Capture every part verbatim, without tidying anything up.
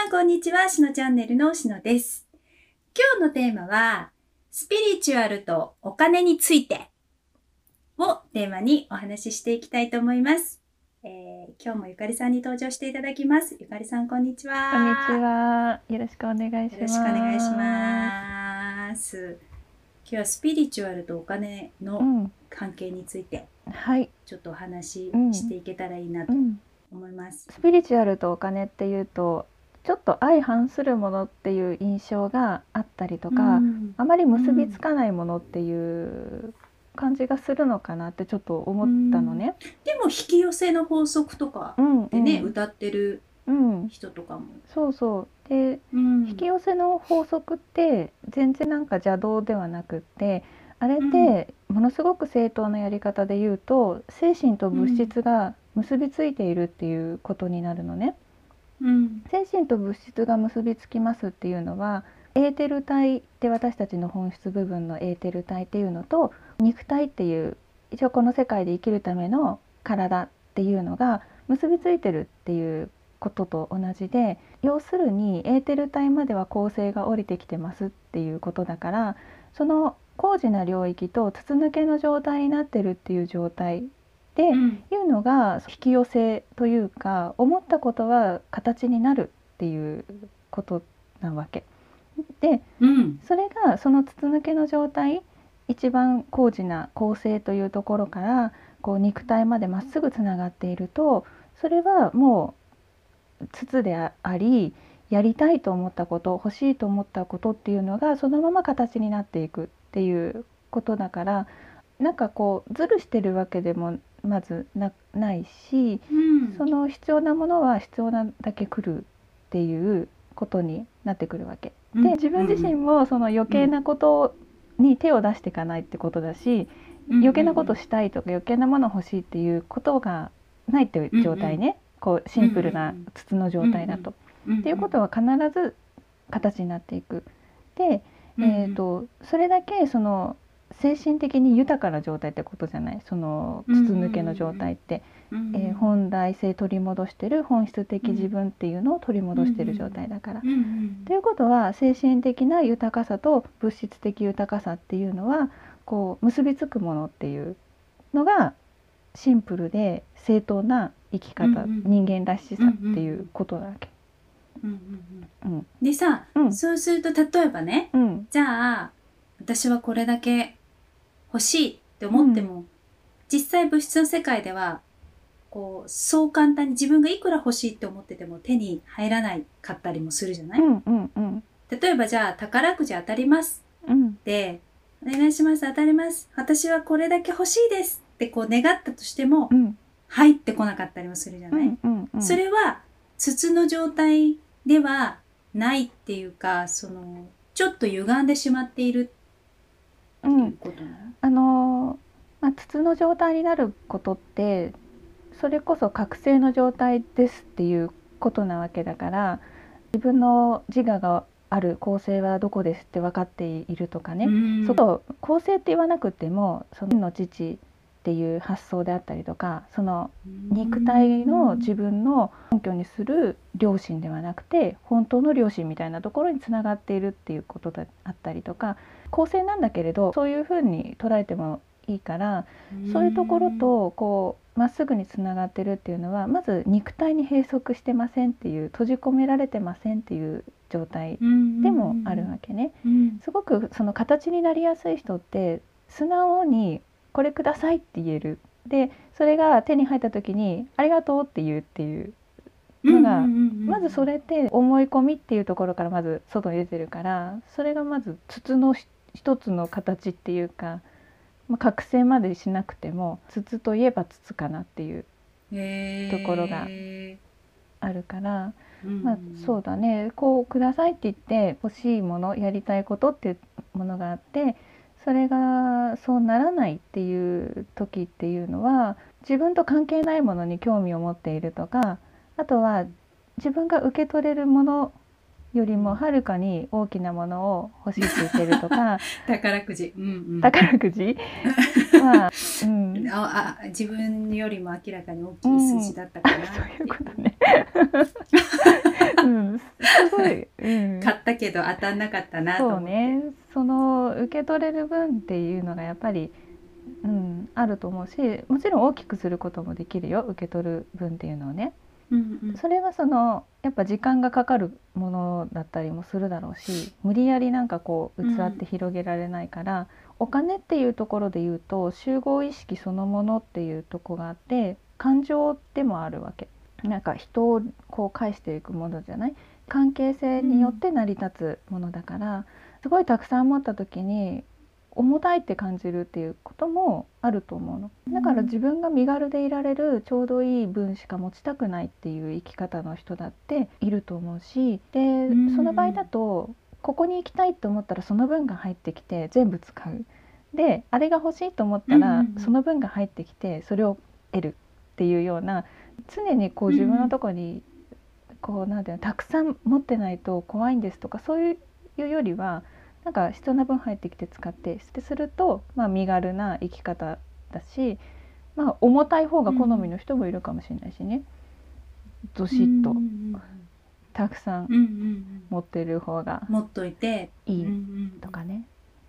さんこんにちは、しのチャンネルのしのです。今日のテーマはスピリチュアルとお金についてをテーマにお話ししていきたいと思います。えー、今日もゆかりさんに登場していただきます。ゆかりさんこんにちは。 こんにちは。よろしくお願いします。 よろしくお願いします。今日はスピリチュアルとお金の関係について、 うん、はい、 ちょっとお話ししていけたらいいなと思います。 うんうん、スピリチュアルとお金っていうとちょっと相反するものっていう印象があったりとか、うん、あまり結びつかないものっていう感じがするのかなってちょっと思ったのね。 うん、でも引き寄せの法則とかでね、うんうん、歌ってる人とかも、 うん、そうそうで、うん、引き寄せの法則って全然なんか邪道ではなくってあれってものすごく正当なやり方で言うと精神と物質が結びついているっていうことになるのね。うん、精神と物質が結びつきますっていうのはエーテル体って私たちの本質部分のエーテル体っていうのと肉体っていう一応この世界で生きるための体っていうのが結びついてるっていうことと同じで、要するにエーテル体までは恒星が降りてきてますっていうことだから、その高次な領域と筒抜けの状態になってるっていう状態で、うん、いうのが引き寄せというか思ったことは形になるっていうことなわけで、うん、それがその筒抜けの状態一番高次な恒星というところからこう肉体までまっすぐつながっていると、それはもう筒でありやりたいと思ったこと欲しいと思ったことっていうのがそのまま形になっていくっていうことだから、なんかこうズルしてるわけでもまず な, ないし、うん、その必要なものは必要なだけ来るっていうことになってくるわけ、うん、で自分自身もその余計なことに手を出していかないってことだし、うん、余計なことしたいとか余計なもの欲しいっていうことがないっていう状態ね、うん、こうシンプルな筒の状態だと、うんうん、っていうことは必ず形になっていく。で、えーと、それだけその精神的に豊かな状態ってことじゃない、その筒抜けの状態って、うんうんえー、本来性取り戻してる本質的自分っていうのを取り戻してる状態だから、うんうん、ということは精神的な豊かさと物質的豊かさっていうのはこう結びつくものっていうのがシンプルで正当な生き方、うんうん、人間らしさっていうことだわけ、 うんうんうんうん、でさ、うん、そうすると例えばね、うん、じゃあ私はこれだけ欲しいって思っても、うん、実際物質の世界ではこうそう簡単に自分がいくら欲しいって思ってても手に入らないかったりもするじゃない、うんうんうん、例えばじゃあ宝くじ当たります、うん、でお願いします当たります私はこれだけ欲しいですってこう願ったとしても、うん、入ってこなかったりもするじゃない、うんうんうん、それは筒の状態ではないっていうか、そのちょっと歪んでしまっているっていうことなの、うん、 あのまあ、筒の状態になることってそれこそ覚醒の状態ですっていうことなわけだから、自分の自我がある恒星はどこですって分かっているとかね、うん、そこ恒星って言わなくてもその天の父っていう発想であったりとか、その肉体の自分の根拠にする良心ではなくて本当の良心みたいなところにつながっているっていうことであったりとか、恒星なんだけれどそういうふうに捉えてもいいから、そういうところとこうまっすぐにつながってるっていうのはまず肉体に閉塞してませんっていう、閉じ込められてませんっていう状態でもあるわけね、うんうんうん、すごくその形になりやすい人って素直にこれくださいって言える、でそれが手に入った時にありがとうって言うっていうのが、うんうんうんうん、まずそれって思い込みっていうところからまず外に出てるから、それがまず筒の一つの形っていうか、まあ、覚醒までしなくても筒といえば筒かなっていうところがあるから、まあ、そうだね、こうくださいって言って欲しいものやりたいことっていうものがあって、それがそうならないっていう時っていうのは自分と関係ないものに興味を持っているとか、あとは自分が受け取れるものよりもはるかに大きなものを欲しいって言ってるとか宝くじ、うんうん、 宝くじまあ、うん、 ああ自分よりも明らかに大きい数字だったかな、うん、 そういうことね、うん、 ごい、うん、 買ったけど当たんなかったなと思って。 そうね、その受け取れる分っていうのがやっぱり、うん、あると思うし、もちろん大きくすることもできるよ、受け取る分っていうのをね。 うんうん、 それはそのやっぱ時間がかかるものだったりもするだろうし、無理やりなんかこう器って広げられないから、うん、お金っていうところで言うと集合意識そのものっていうとこがあって、感情でもあるわけ。なんか人をこう返していくものじゃない、関係性によって成り立つものだから、うん、すごいたくさん持った時に重たいって感じるっていうこともあると思うの。だから自分が身軽でいられるちょうどいい分しか持ちたくないっていう生き方の人だっていると思うし、でその場合だとここに行きたいと思ったらその分が入ってきて全部使う。であれが欲しいと思ったらその分が入ってきてそれを得るっていうような、常にこう自分のところにこうなんていうの、たくさん持ってないと怖いんですとかそういうよりは、なんか必要な分入ってきて使ってすると、まあ、身軽な生き方だし、まあ、重たい方が好みの人もいるかもしれないしね、どしっとたくさん持ってる方が持っといていいとかね。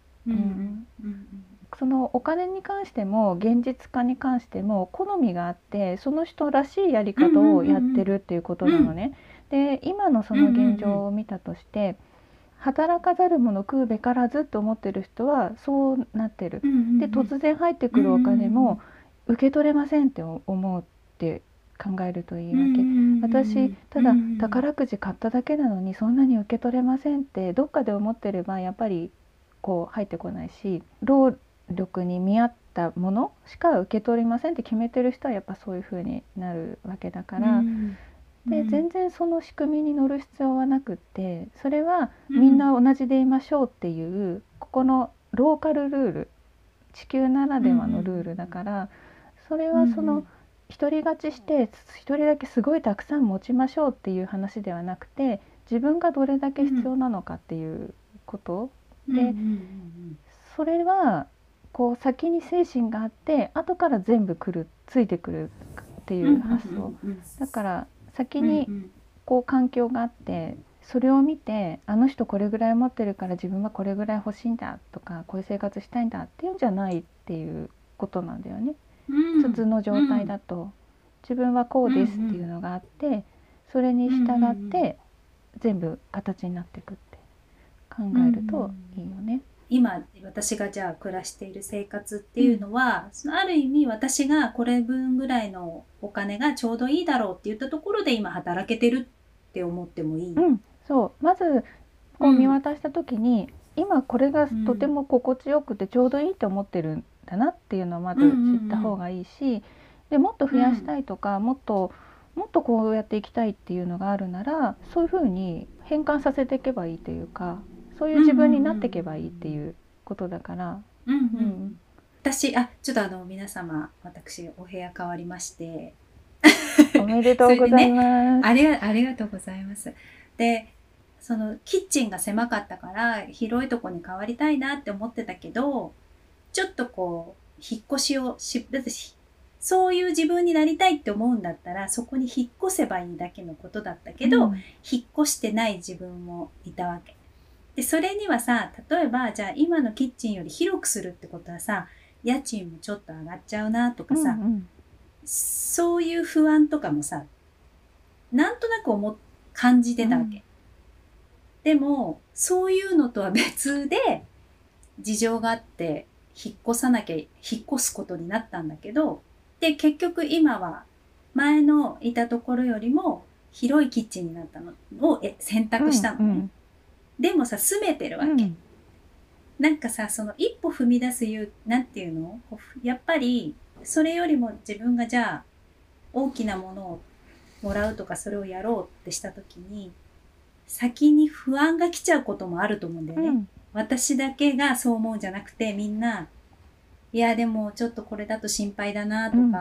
そのお金に関しても現実化に関しても好みがあって、その人らしいやり方をやってるっていうことなのね。で今のその現状を見たとして、働かざる者食うべからずと思ってる人はそうなってる。で突然入ってくるお金も受け取れませんって思うって考えるといいわけ。私ただ宝くじ買っただけなのにそんなに受け取れませんってどっかで思ってればやっぱりこう入ってこないし、労力に見合ったものしか受け取りませんって決めてる人はやっぱそういう風になるわけだから、で全然その仕組みに乗る必要はなくって、それはみんな同じでいましょうっていうここのローカルルール、地球ならではのルールだから、それはその独り勝ちして一人だけすごいたくさん持ちましょうっていう話ではなくて、自分がどれだけ必要なのかっていうことで、それはこう先に精神があって後から全部来るついてくるっていう発想だから、先にこう環境があってそれを見て、あの人これぐらい持ってるから自分はこれぐらい欲しいんだとか、こういう生活したいんだっていうんじゃないっていうことなんだよね。普通の状態だと自分はこうですっていうのがあって、それに従って全部形になっていくって考えるといいよね。 今私がじゃあ暮らしている生活っていうのは、うん、ある意味私がこれ分ぐらいのお金がちょうどいいだろうって言ったところで今働けてるって思ってもいい、 うん、そうまずこう見渡した時に、うん、今これがとても心地よくてちょうどいいと思ってるんだなっていうのをまず知った方がいいし、うんうんうん、でもっと増やしたいとか、うん、もっともっとこうやっていきたいっていうのがあるなら、そういうふうに変換させていけばいいというか、そういう自分になっていけばいいっていうことだから、 うんうんうん、私あちょっとあの皆様、私お部屋変わりましておめでとうございます、 ね、ありがありがとうございます。でそのキッチンが狭かったから広いとこに変わりたいなって思ってたけど、ちょっとこう引っ越しをしそういう自分になりたいって思うんだったらそこに引っ越せばいいだけのことだったけど、うん、引っ越してない自分もいたわけで、それにはさ、例えばじゃあ今のキッチンより広くするってことはさ、家賃もちょっと上がっちゃうなとかさ、うんうん、そういう不安とかもさ、なんとなく思感じてたわけ、うん、でもそういうのとは別で事情があって引っ越さなきゃ引っ越すことになったんだけど、で結局今は前のいたところよりも広いキッチンになったのを選択したのね、うんうん、でもさ住めてるわけ、うん、なんかさその一歩踏み出すいうなんていうの、やっぱりそれよりも自分がじゃあ大きなものをもらうとかそれをやろうってした時に先に不安が来ちゃうこともあると思うんだよね、うん、私だけがそう思うんじゃなくてみんないやでもちょっとこれだと心配だなとか、うんうん、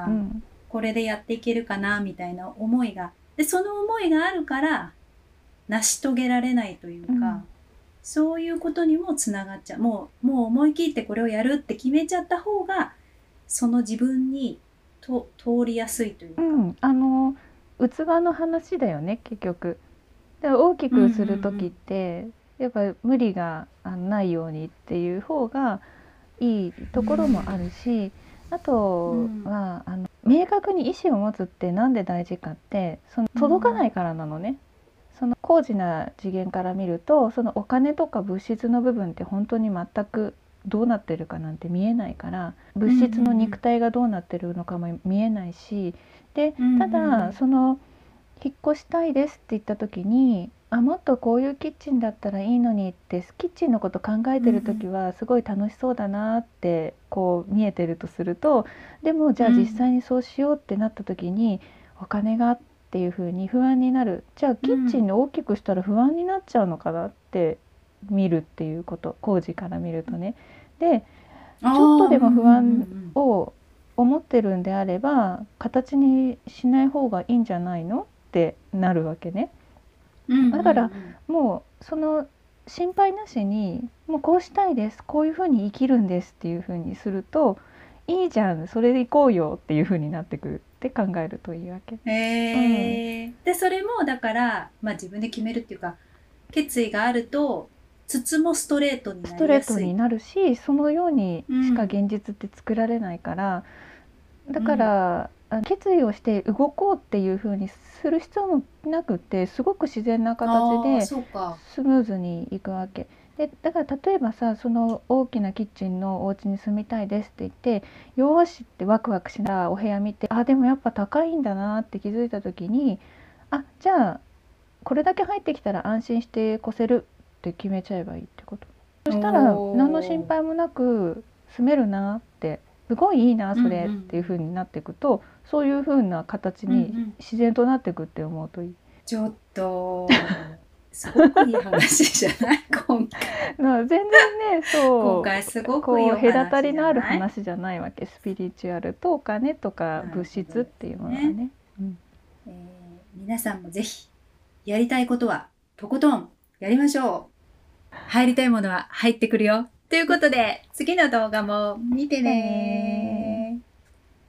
これでやっていけるかなみたいな思いがで、その思いがあるから成し遂げられないというか、うん、そういうことにもつながっちゃう。もう、もう思い切ってこれをやるって決めちゃった方がその自分にと通りやすいというか、 うん、あの器の話だよね結局。 で大きくする時ってやっぱ無理がないようにっていう方がいいところもあるし、あとはあの明確に意思を持つってなんで大事かって、その届かないからなのね。その高次な次元から見ると、そのお金とか物質の部分って本当に全くどうなってるかなんて見えないから、物質の肉体がどうなってるのかも見えないし、でただその引っ越したいですって言った時に、あもっとこういうキッチンだったらいいのにって、キッチンのこと考えてる時はすごい楽しそうだなってこう見えてるとすると、でもじゃあ実際にそうしようってなった時にお金がっていう風に不安になる。じゃあキッチンを大きくしたら不安になっちゃうのかなって見るっていうこと、工事から見るとね。でちょっとでも不安を思ってるんであれば形にしない方がいいんじゃないのってなるわけね。だからもうその心配なしに、もうこうしたいです、こういうふうに生きるんですっていうふうにすると、いいじゃんそれで行こうよっていうふうになってくるって考えるといいわけ。 へー、うん、でそれもだから、まあ、自分で決めるっていうか、決意があると筒もストレートになりやすい。ストレートになるし、そのようにしか現実って作られないから、うん、だから、うん、決意をして動こうっていう風にする必要もなくて、すごく自然な形でスムーズにいくわけで。だから例えばさ、その大きなキッチンのお家に住みたいですって言ってよーしってワクワクしながらお部屋見て、あでもやっぱ高いんだなって気づいた時に、あじゃあこれだけ入ってきたら安心して越せるって決めちゃえばいいってこと。そしたら何の心配もなく住めるなって、すごいいいなそれっていう風になっていくと、うんうん、そういう風な形に自然となっていくって思うといい。 ちょっとすごくいい話じゃない今回。 全然ね、そう今回すごくいいお話じゃない。 こう隔たりのある話じゃないわけ。スピリチュアルとお金とか物質っていうものがね。うん、 えー、皆さんもぜひやりたいことはとことんやりましょう。入りたいものは入ってくるよということで、次の動画も見てね。